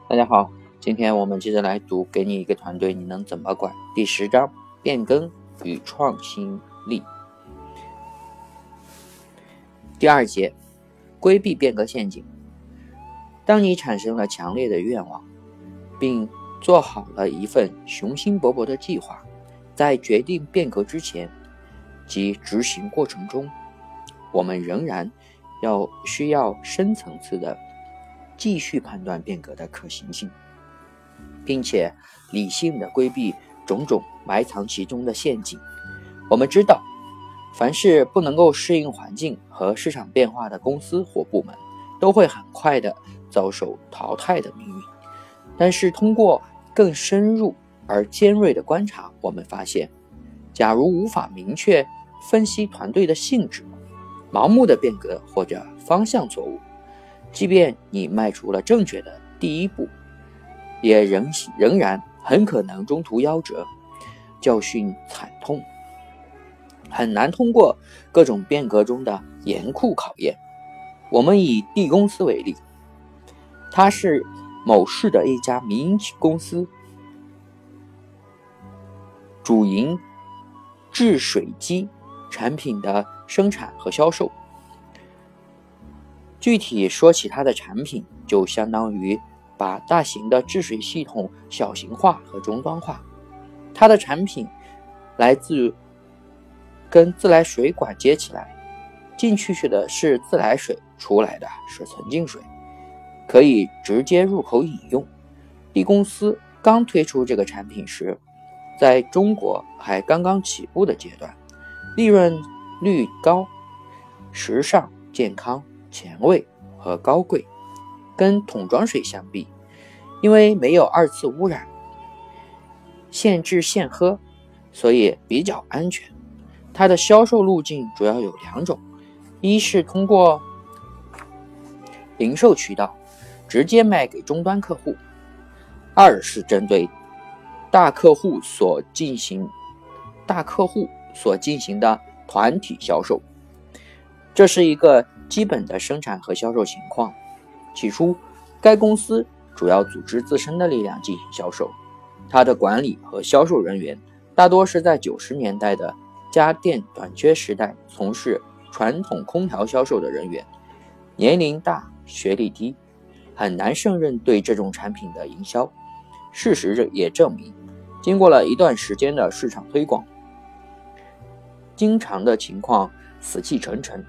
大家好，今天我们接着来读给你一个团队你能怎么管第10章变更与创新力。第2节，规避变革陷阱。当你产生了强烈的愿望，并做好了一份雄心勃勃的计划，在决定变革之前及执行过程中，我们仍然需要深层次的继续判断变革的可行性，并且理性的规避种种埋藏其中的陷阱。我们知道，凡是不能够适应环境和市场变化的公司或部门，都会很快的遭受淘汰的命运。但是通过更深入而尖锐的观察，我们发现，假如无法明确分析团队的性质，盲目的变革或者方向错误，即便你迈出了正确的第一步，也仍然很可能中途夭折，教训惨痛，很难通过各种变革中的严酷考验。我们以 D 公司为例，它是某市的一家民营公司，主营制水机产品的生产和销售。具体说起它的产品，就相当于把大型的制水系统小型化和终端化。它的产品来自跟自来水管接起来，进去的是自来水，出来的是纯净水，可以直接入口饮用。D 公司刚推出这个产品时，在中国还刚刚起步的阶段，利润率高，时尚、健康、前卫和高贵。跟桶装水相比，因为没有二次污染，现制现喝，所以比较安全。它的销售路径主要有2种，一是通过零售渠道直接卖给终端客户，二是针对大客户所进行的团体销售。这是一个基本的生产和销售情况。起初，该公司主要组织自身的力量进行销售，它的管理和销售人员大多是在90年代的家电短缺时代从事传统空调销售的人员，年龄大，学历低，很难胜任对这种产品的营销。事实也证明，经过了一段时间的市场推广，经营的情况死气沉沉，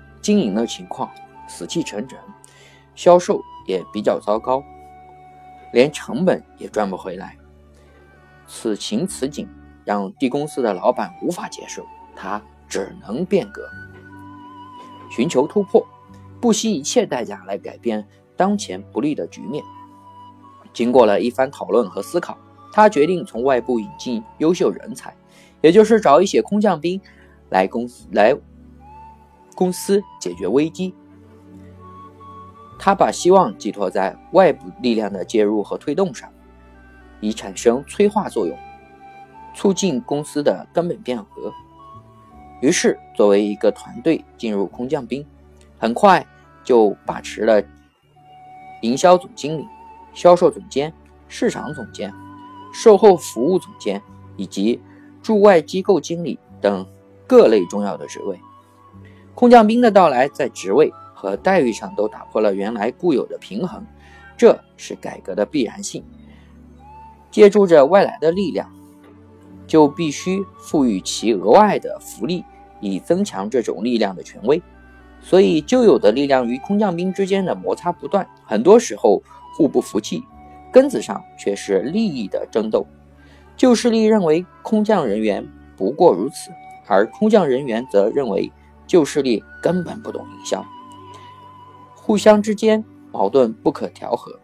销售也比较糟糕，连成本也赚不回来。此情此景让 D 公司的老板无法接受，他只能变革，寻求突破，不惜一切代价来改变当前不利的局面。经过了一番讨论和思考，他决定从外部引进优秀人才，也就是找一些空降兵来公司解决危机。他把希望寄托在外部力量的介入和推动上，以产生催化作用，促进公司的根本变革。于是作为一个团队进入空降兵，很快就把持了营销总经理、销售总监、市场总监、售后服务总监以及驻外机构经理等各类重要的职位。空降兵的到来在职位和待遇上都打破了原来固有的平衡，这是改革的必然性。借助着外来的力量，就必须赋予其额外的福利，以增强这种力量的权威。所以旧有的力量与空降兵之间的摩擦不断，很多时候互不服气，根子上却是利益的争斗。旧势力认为空降人员不过如此，而空降人员则认为旧势力根本不懂营销，互相之间矛盾不可调和。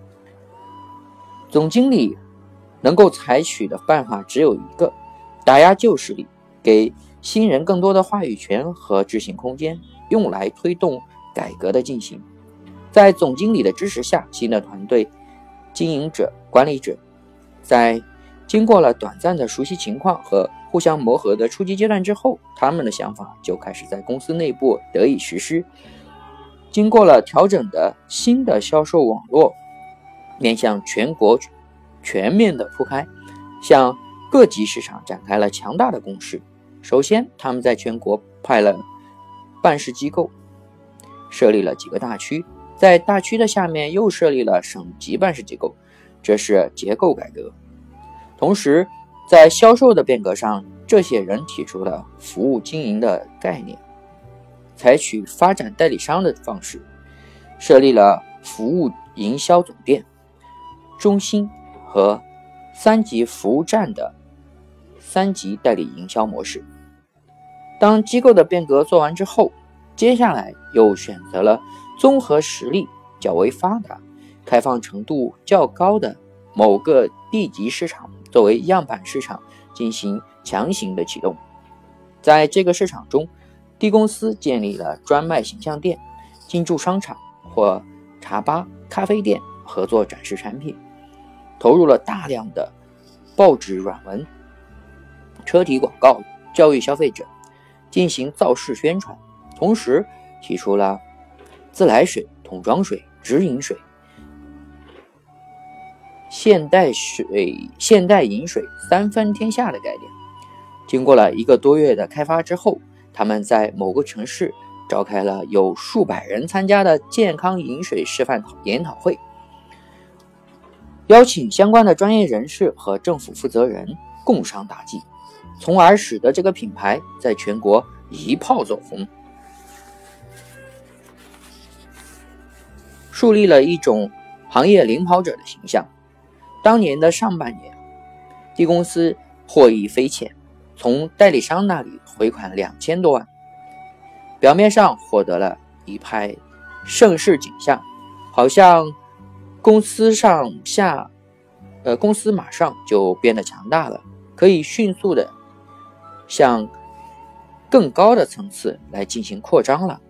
总经理能够采取的办法只有一个，打压旧势力，给新人更多的话语权和执行空间，用来推动改革的进行。在总经理的支持下，新的团队经营者、管理者在经过了短暂的熟悉情况和互相磨合的初级阶段之后，他们的想法就开始在公司内部得以实施。经过了调整的新的销售网络面向全国全面的铺开，向各级市场展开了强大的攻势。首先，他们在全国派了办事机构，设立了几个大区，在大区的下面又设立了省级办事机构，这是结构改革。同时，在销售的变革上，这些人提出了服务经营的概念，采取发展代理商的方式，设立了服务营销总店、中心和3级服务站的3级代理营销模式。当机构的变革做完之后，接下来又选择了综合实力较为发达、开放程度较高的某个地级市场作为样板市场进行强行的启动。在这个市场中，D公司建立了专卖形象店、进驻商场或茶吧、咖啡店合作展示产品，投入了大量的报纸软文、车体广告，教育消费者，进行造势宣传。同时提出了自来水、桶装水、直饮水、现代饮水3分天下的概念。经过了1个多月的开发之后，他们在某个城市召开了有数百人参加的健康饮水示范研讨会，邀请相关的专业人士和政府负责人共商大计，从而使得这个品牌在全国一炮走红，树立了一种行业领跑者的形象。当年的上半年，D公司获益匪浅，从代理商那里回款2000多万，表面上获得了一派盛世景象，好像公司马上就变得强大了，可以迅速的向更高的层次来进行扩张了。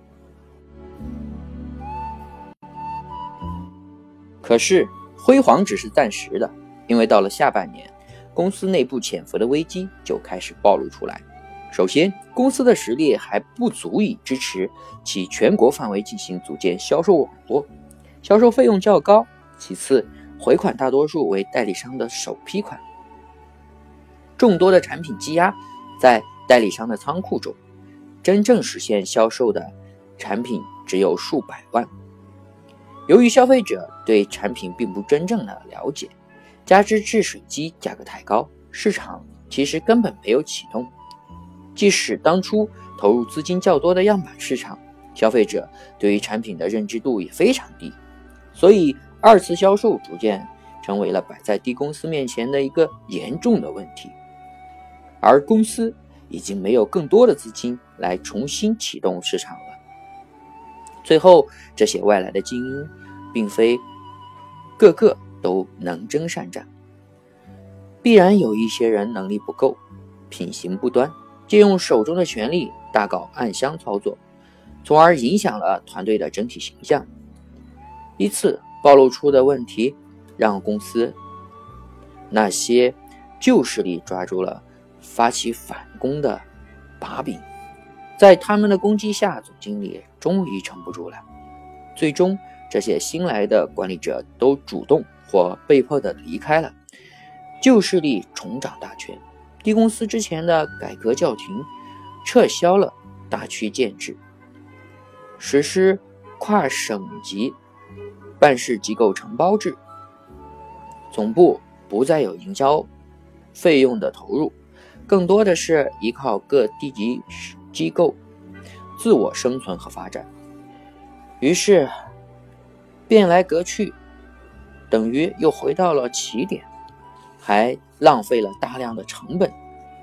可是辉煌只是暂时的，因为到了下半年，公司内部潜伏的危机就开始暴露出来。首先，公司的实力还不足以支持其全国范围进行组建销售网络，销售费用较高。其次，回款大多数为代理商的首批款，众多的产品积压在代理商的仓库中，真正实现销售的产品只有数百万。由于消费者对产品并不真正的了解，加之制水机价格太高，市场其实根本没有启动。即使当初投入资金较多的样板市场，消费者对于产品的认知度也非常低，所以二次销售逐渐成为了摆在D公司面前的一个严重的问题。而公司已经没有更多的资金来重新启动市场了。最后，这些外来的精英并非个个都能征善战，必然有一些人能力不够，品行不端，借用手中的权力大搞暗箱操作，从而影响了团队的整体形象。依次暴露出的问题，让公司那些旧势力抓住了发起反攻的把柄，在他们的攻击下，总经理终于撑不住了。最终，这些新来的管理者都主动或被迫的离开了，旧势力重掌大权。D公司之前的改革叫停，撤销了大区建制，实施跨省级办事机构承包制，总部不再有营销费用的投入，更多的是依靠各地级机构自我生存和发展。于是变来革去，等于又回到了起点，还浪费了大量的成本，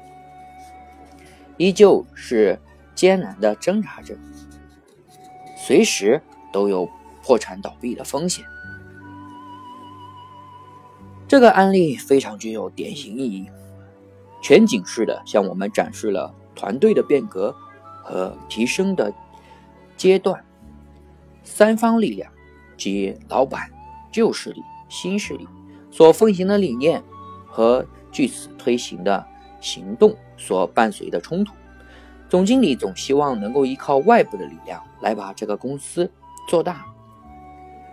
依旧是艰难的挣扎着，随时都有破产倒闭的风险。这个案例非常具有典型意义，全景式的向我们展示了团队的变革和提升的阶段，三方力量即老板、旧势力、新势力所奉行的理念和据此推行的行动所伴随的冲突。总经理总希望能够依靠外部的力量来把这个公司做大，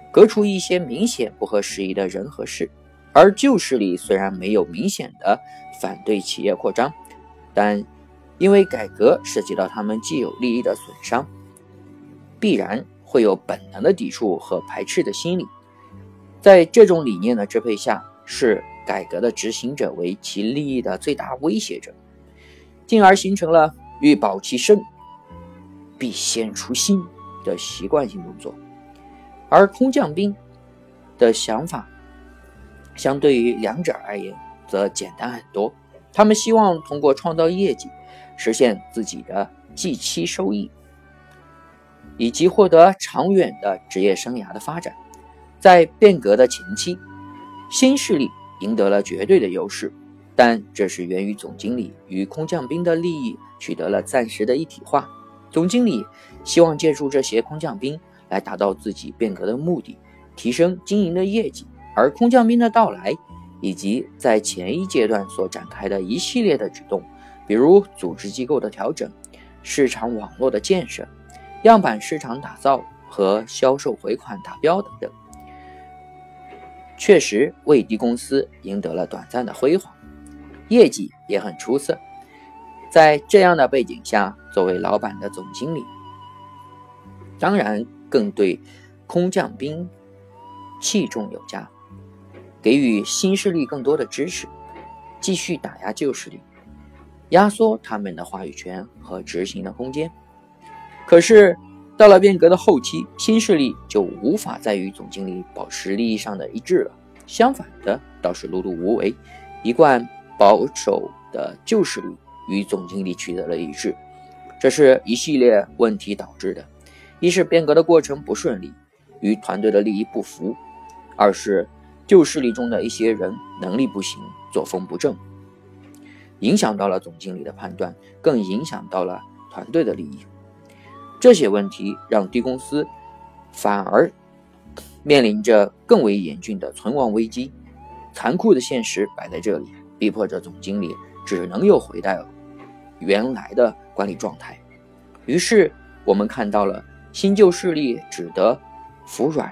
革除一些明显不合时宜的人和事。而旧势力虽然没有明显的反对企业扩张，但因为改革涉及到他们既有利益的损伤，必然会有本能的抵触和排斥的心理。在这种理念的支配下，视改革的执行者为其利益的最大威胁者，进而形成了欲保其身必先除心的习惯性动作。而空降兵的想法相对于两者而言则简单很多，他们希望通过创造业绩实现自己的计期收益，以及获得长远的职业生涯的发展。在变革的前期，新势力赢得了绝对的优势，但这是源于总经理与空降兵的利益取得了暂时的一体化。总经理希望借助这些空降兵来达到自己变革的目的，提升经营的业绩。而空降兵的到来以及在前一阶段所展开的一系列的举动，比如组织机构的调整、市场网络的建设、样板市场打造和销售回款达标等等，确实为 D 公司赢得了短暂的辉煌，业绩也很出色。在这样的背景下，作为老板的总经理当然更对空降兵器重有加，给予新势力更多的支持，继续打压旧势力，压缩他们的话语权和执行的空间。可是到了变革的后期，新势力就无法再与总经理保持利益上的一致了，相反的倒是碌碌无为，一贯保守的旧势力与总经理取得了一致。这是一系列问题导致的，一是变革的过程不顺利，与团队的利益不符；二是旧势力中的一些人能力不行，作风不正，影响到了总经理的判断，更影响到了团队的利益。这些问题让 D 公司反而面临着更为严峻的存亡危机。残酷的现实摆在这里，逼迫着总经理只能又回到原来的管理状态。于是我们看到了新势力只得服软，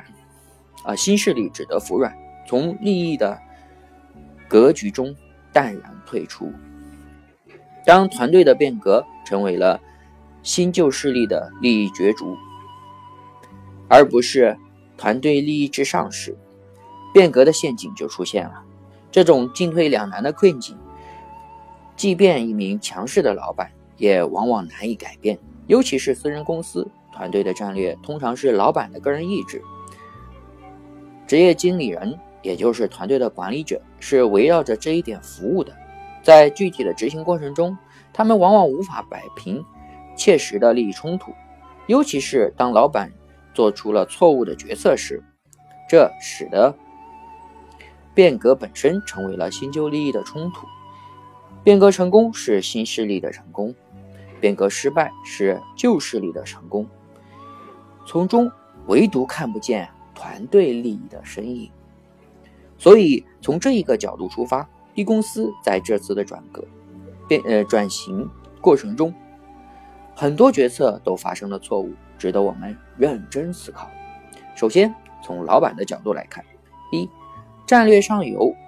从利益的格局中淡然退出。当团队的变革成为了新旧势力的利益角逐，而不是团队利益至上时，变革的陷阱就出现了。这种进退两难的困境，即便一名强势的老板也往往难以改变，尤其是私人公司，团队的战略通常是老板的个人意志。职业经理人，也就是团队的管理者，是围绕着这一点服务的。在具体的执行过程中，他们往往无法摆平切实的利益冲突，尤其是当老板做出了错误的决策时，这使得变革本身成为了新旧利益的冲突。变革成功是新势力的成功，变革失败是旧势力的成功，从中唯独看不见团队利益的身影。所以从这一个角度出发， D 公司在这次的转型过程中，很多决策都发生了错误，值得我们认真思考。首先从老板的角度来看，一，战略上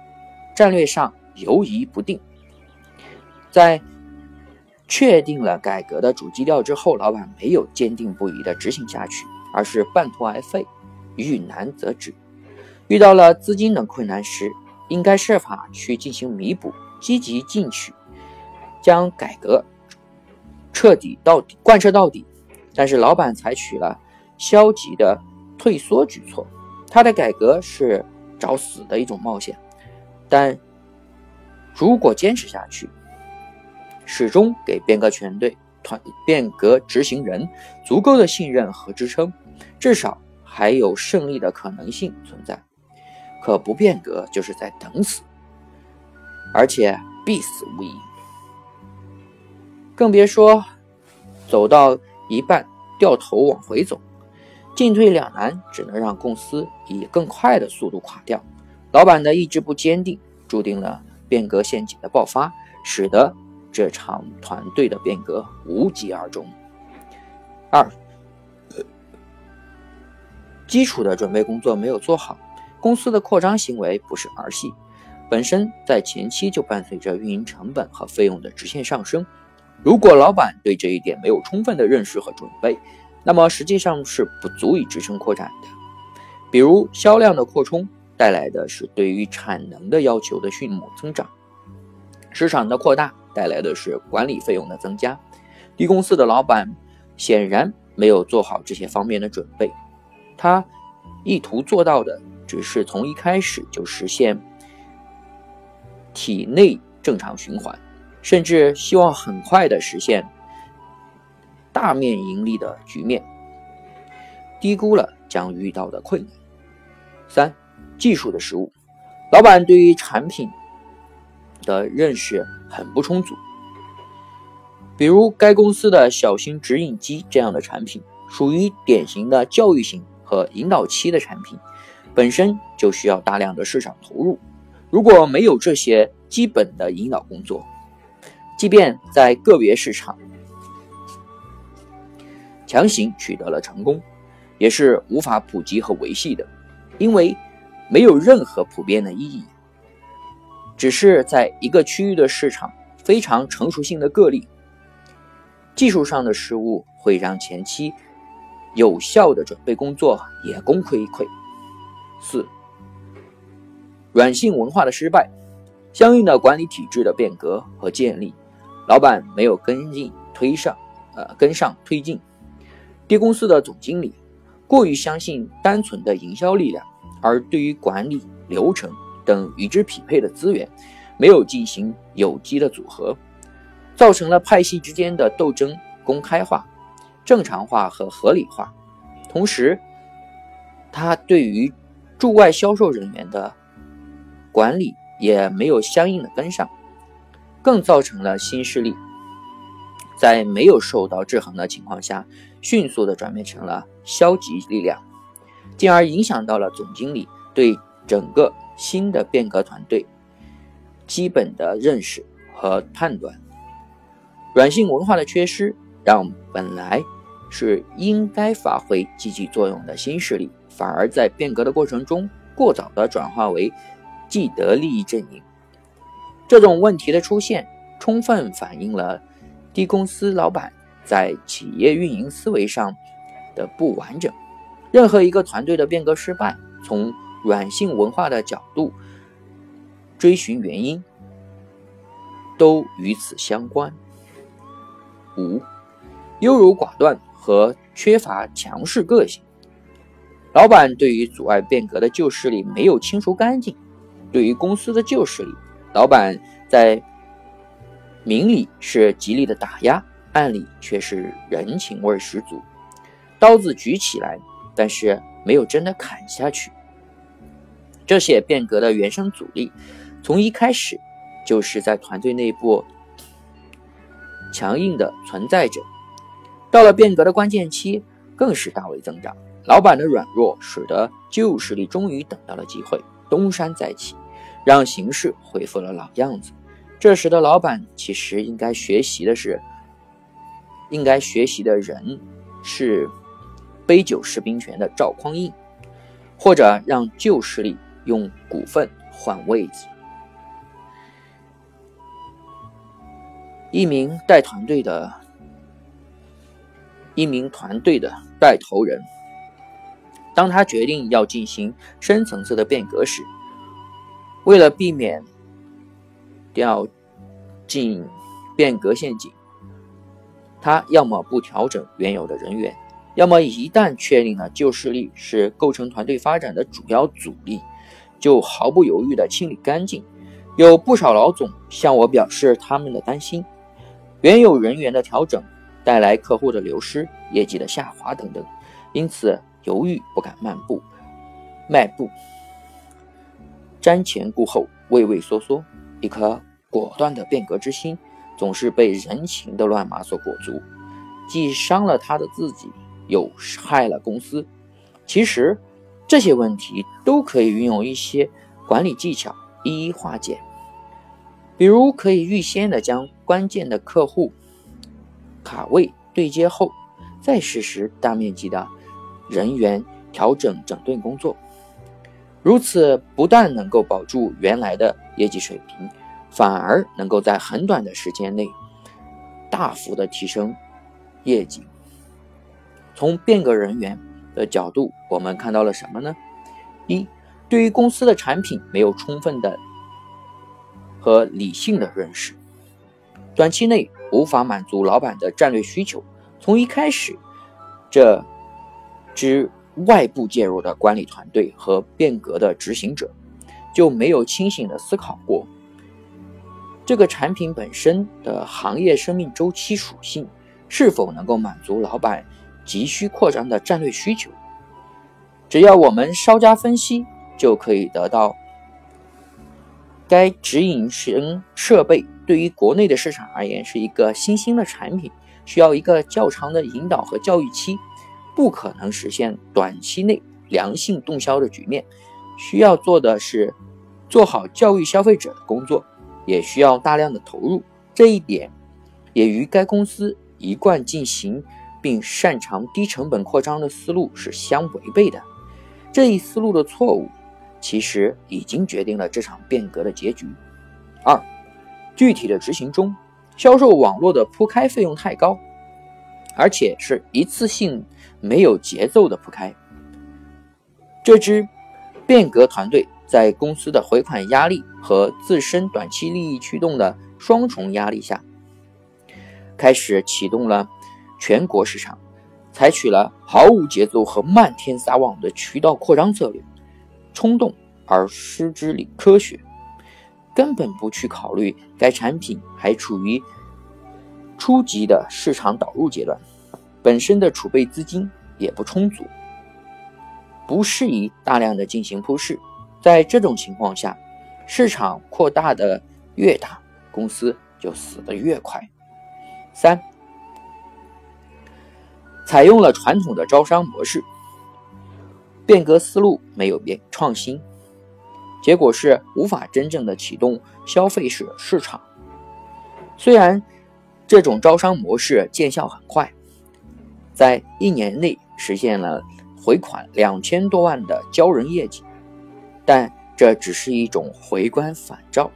犹疑不定。在确定了改革的主基调之后，老板没有坚定不移地执行下去，而是半途而废，遇难则止。遇到了资金的困难时，应该设法去进行弥补，积极进取，将改革贯彻到底。但是老板采取了消极的退缩举措，他的改革是找死的一种冒险，但如果坚持下去，始终给变革团队、变革执行人足够的信任和支撑，至少还有胜利的可能性存在。可不变革就是在等死，而且必死无疑。更别说走到一半掉头往回走，进退两难，只能让公司以更快的速度垮掉。老板的意志不坚定，注定了变革陷阱的爆发，使得这场团队的变革无疾而终。二， 基础的准备工作没有做好，公司的扩张行为不是儿戏，本身在前期就伴随着运营成本和费用的直线上升。如果老板对这一点没有充分的认识和准备，那么实际上是不足以支撑扩展的。比如销量的扩充带来的是对于产能的要求的迅猛增长，市场的扩大带来的是管理费用的增加。低公司的老板显然没有做好这些方面的准备，他意图做到的只是从一开始就实现体内正常循环，甚至希望很快的实现大面盈利的局面，低估了将遇到的困难。3. 技术的失误，老板对于产品的认识很不充足。比如该公司的小型直饮机这样的产品，属于典型的教育型和引导期的产品，本身就需要大量的市场投入。如果没有这些基本的引导工作，即便在个别市场强行取得了成功，也是无法普及和维系的，因为没有任何普遍的意义，只是在一个区域的市场非常成熟性的个例。技术上的失误会让前期有效的准备工作也功亏一篑。4. 软性文化的失败，相应的管理体制的变革和建立，老板没有跟上推进。低公司的总经理过于相信单纯的营销力量，而对于管理流程等与之匹配的资源没有进行有机的组合，造成了派系之间的斗争公开化、正常化和合理化。同时他对于驻外销售人员的管理也没有相应的跟上，更造成了新势力在没有受到制衡的情况下，迅速的转变成了消极力量，进而影响到了总经理对整个新的变革团队基本的认识和判断。软性文化的缺失，让本来是应该发挥积极作用的新势力，反而在变革的过程中过早的转化为既得利益阵营。这种问题的出现，充分反映了低公司老板在企业运营思维上的不完整。任何一个团队的变革失败，从软性文化的角度追寻原因，都与此相关。5. 优柔寡断和缺乏强势个性，老板对于阻碍变革的旧势力没有清除干净。对于公司的旧势力，老板在明里是极力的打压，暗里却是人情味十足，刀子举起来，但是没有真的砍下去。这些变革的原生阻力从一开始就是在团队内部强硬的存在着，到了变革的关键期更是大为增长。老板的软弱使得旧势力终于等到了机会，东山再起，让形势恢复了老样子。这时的老板其实应该学习的人是杯酒释兵权的赵匡胤，或者让旧势力用股份换位子。一名团队的带头人，当他决定要进行深层次的变革时，为了避免掉进变革陷阱，他要么不调整原有的人员，要么一旦确定了旧势力是构成团队发展的主要阻力，就毫不犹豫地清理干净。有不少老总向我表示他们的担心，原有人员的调整带来客户的流失、业绩的下滑等等，因此犹豫不敢迈步，瞻前顾后，畏畏缩缩。一颗果断的变革之心总是被人情的乱麻所裹足，既伤了他的自己，又害了公司。其实这些问题都可以运用一些管理技巧一一化解，比如可以预先的将关键的客户卡位对接后，再实施大面积的人员调整整顿工作。如此不但能够保住原来的业绩水平，反而能够在很短的时间内大幅的提升业绩。从变革人员的角度，我们看到了什么呢？一，对于公司的产品没有充分的和理性的认识，短期内无法满足老板的战略需求。从一开始，这支外部介入的管理团队和变革的执行者就没有清醒的思考过这个产品本身的行业生命周期属性是否能够满足老板急需扩张的战略需求。只要我们稍加分析，就可以得到该直营设备对于国内的市场而言是一个新兴的产品，需要一个较长的引导和教育期，不可能实现短期内良性动销的局面。需要做的是做好教育消费者的工作，也需要大量的投入。这一点也与该公司一贯进行并擅长低成本扩张的思路是相违背的。这一思路的错误其实已经决定了这场变革的结局。二，具体的执行中，销售网络的铺开费用太高，而且是一次性没有节奏的铺开。这支变革团队在公司的回款压力和自身短期利益驱动的双重压力下，开始启动了全国市场，采取了毫无节奏和漫天撒网的渠道扩张策略，冲动而失之科学，根本不去考虑该产品还处于初级的市场导入阶段，本身的储备资金也不充足，不适宜大量的进行铺市。在这种情况下，市场扩大的越大，公司就死得越快。三，采用了传统的招商模式，变革思路没有变创新，结果是无法真正的启动消费式市场。虽然这种招商模式见效很快，在1年内实现了回款2000多万的骄人业绩，但这只是一种回光返照。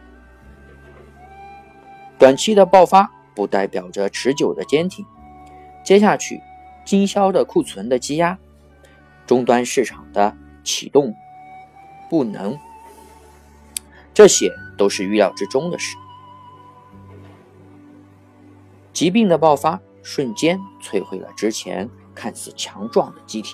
短期的爆发不代表着持久的坚挺，接下去经销的库存的积压，终端市场的启动不能，这些都是预料之中的事。疾病的爆发瞬间摧毁了之前看似强壮的机体。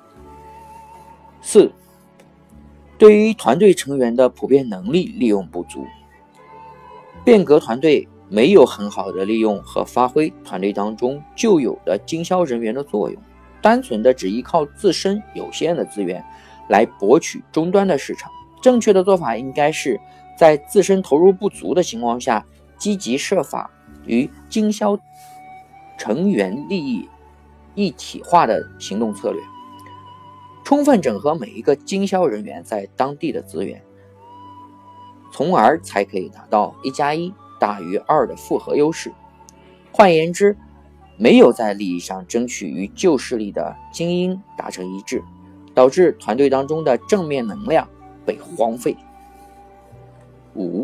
四，对于团队成员的普遍能力利用不足，变革团队没有很好的利用和发挥团队当中就有的经销人员的作用，单纯的只依靠自身有限的资源来博取终端的市场。正确的做法应该是在自身投入不足的情况下，积极设法与经销成员利益一体化的行动策略，充分整合每一个经销人员在当地的资源，从而才可以达到1+1大于2的复合优势。换言之，没有在利益上争取与旧势力的精英达成一致，导致团队当中的正面能量被荒废。5，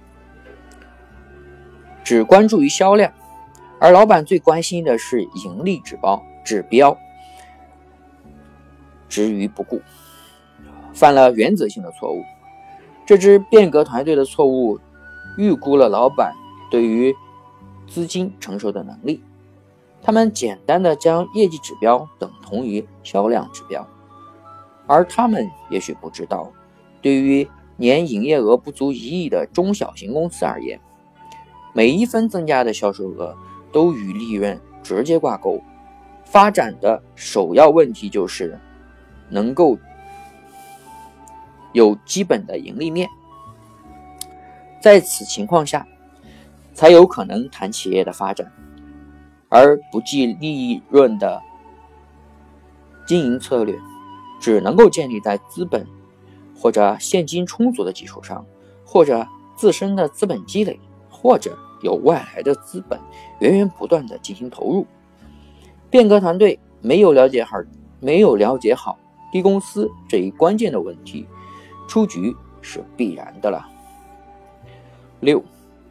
只关注于销量，而老板最关心的是盈利指标，置于不顾，犯了原则性的错误。这支变革团队的错误预估了老板对于资金承受的能力，他们简单的将业绩指标等同于销量指标，而他们也许不知道，对于年营业额不足1亿的中小型公司而言，每一分增加的销售额都与利润直接挂钩。发展的首要问题就是能够有基本的盈利面，在此情况下才有可能谈企业的发展，而不计利润的经营策略只能够建立在资本或者现金充足的基础上，或者自身的资本积累，或者有外来的资本源源不断的进行投入。变革团队没有了解好没有了解好低公司这一关键的问题，出局是必然的了。6.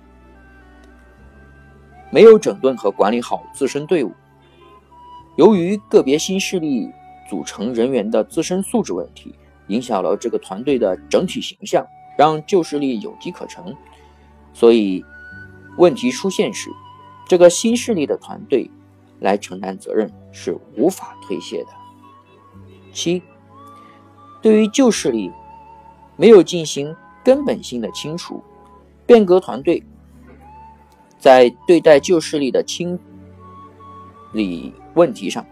没有整顿和管理好自身队伍。由于个别新势力组成人员的自身素质问题，影响了这个团队的整体形象，让旧势力有机可乘，所以问题出现时，这个新势力的团队来承担责任是无法推卸的。7. 对于旧势力没有进行根本性的清除，变革团队在对待旧势力的清理问题上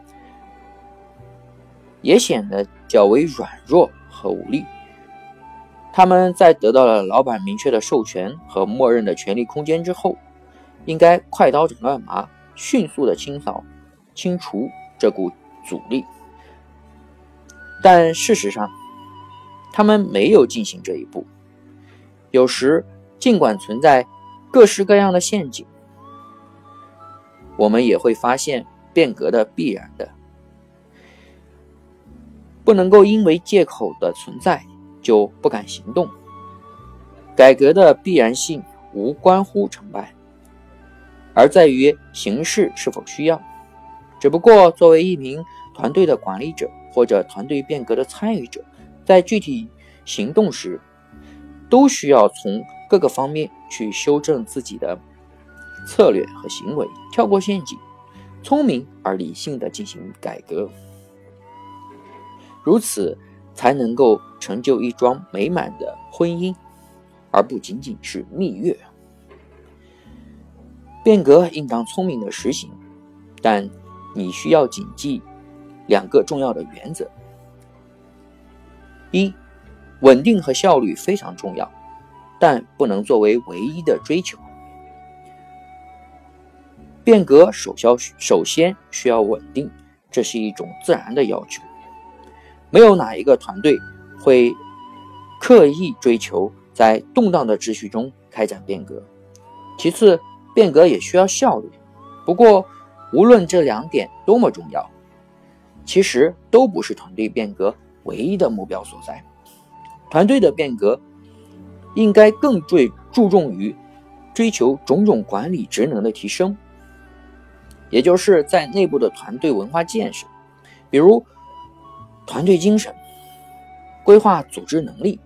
也显得较为软弱和无力。他们在得到了老板明确的授权和默认的权力空间之后，应该快刀斩乱麻，迅速的清除这股阻力。但事实上，他们没有进行这一步。有时尽管存在各式各样的陷阱，我们也会发现变革的必然的，不能够因为借口的存在就不敢行动。改革的必然性无关乎成败，而在于形势是否需要。只不过作为一名团队的管理者或者团队变革的参与者，在具体行动时都需要从各个方面去修正自己的策略和行为，跳过陷阱，聪明而理性地进行改革，如此才能够成就一桩美满的婚姻，而不仅仅是蜜月。变革应当聪明地实行，但你需要谨记2个重要的原则。1. 稳定和效率非常重要，但不能作为唯一的追求。变革首先需要稳定，这是一种自然的要求。没有哪一个团队会刻意追求在动荡的秩序中开展变革。其次，变革也需要效率。不过，无论这2点多么重要，其实都不是团队变革唯一的目标所在。团队的变革应该更注重于追求种种管理职能的提升，也就是在内部的团队文化建设，比如团队精神、规划组织能力、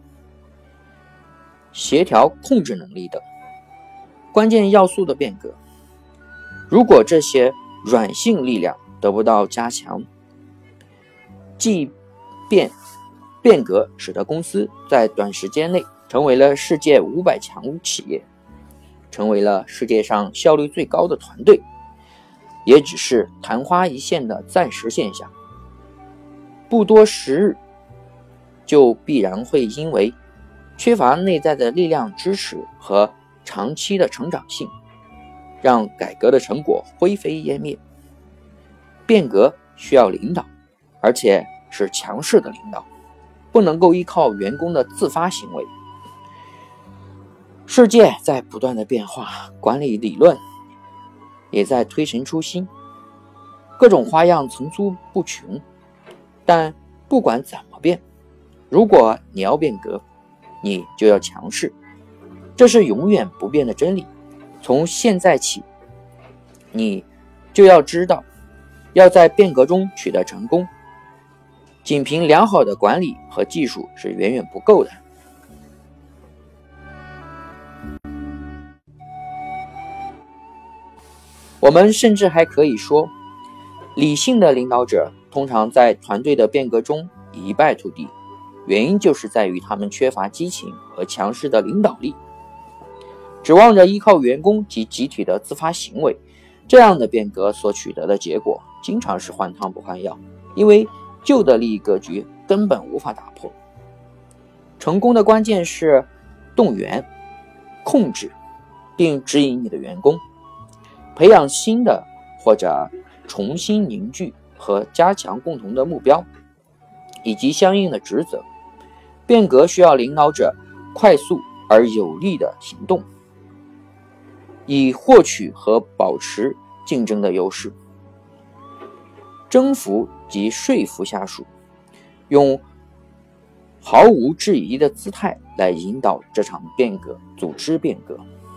协调控制能力等关键要素的变革。如果这些软性力量得不到加强，即便变革使得公司在短时间内成为了世界500强企业，成为了世界上效率最高的团队，也只是昙花一现的暂时现象，不多时日就必然会因为缺乏内在的力量支持和长期的成长性，让改革的成果灰飞烟灭。变革需要领导，而且是强势的领导，不能够依靠员工的自发行为。世界在不断的变化，管理理论也在推陈出新，各种花样层出不穷。但不管怎么变，如果你要变革，你就要强势，这是永远不变的真理。从现在起，你就要知道，要在变革中取得成功，仅凭良好的管理和技术是远远不够的。我们甚至还可以说，理性的领导者通常在团队的变革中一败涂地，原因就是在于他们缺乏激情和强势的领导力，指望着依靠员工及集体的自发行为，这样的变革所取得的结果经常是换汤不换药，因为旧的利益格局根本无法打破。成功的关键是动员、控制并指引你的员工，培养新的或者重新凝聚和加强共同的目标以及相应的职责。变革需要领导者快速而有力的行动，以获取和保持竞争的优势。 征服及说服下属，用毫无质疑的姿态来引导这场变革，组织变革。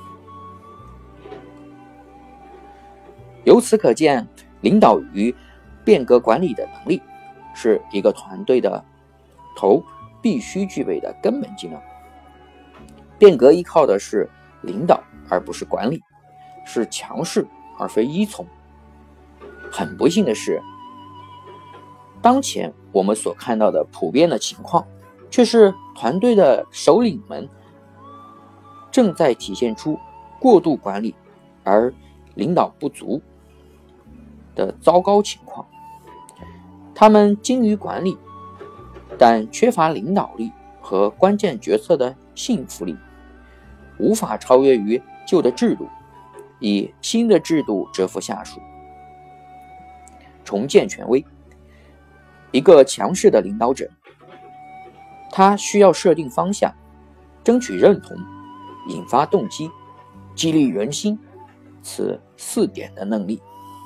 由此可见，领导与变革管理的能力是一个团队的头必须具备的根本技能。变革依靠的是领导而不是管理，是强势而非依从。很不幸的是，当前我们所看到的普遍的情况，却是团队的首领们正在体现出过度管理而领导不足的糟糕情况。他们精于管理，但缺乏领导力和关键决策的信服力，无法超越于旧的制度，以新的制度折服下属。重建权威。一个强势的领导者，他需要设定方向，争取认同，引发动机，激励人心，此4点的能力，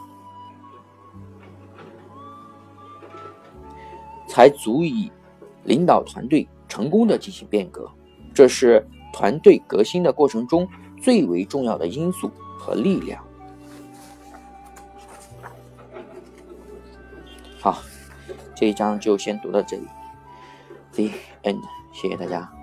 才足以领导团队成功的进行变革。这是团队革新的过程中最为重要的因素和力量。好，这一章就先读到这里。The end， 谢谢大家。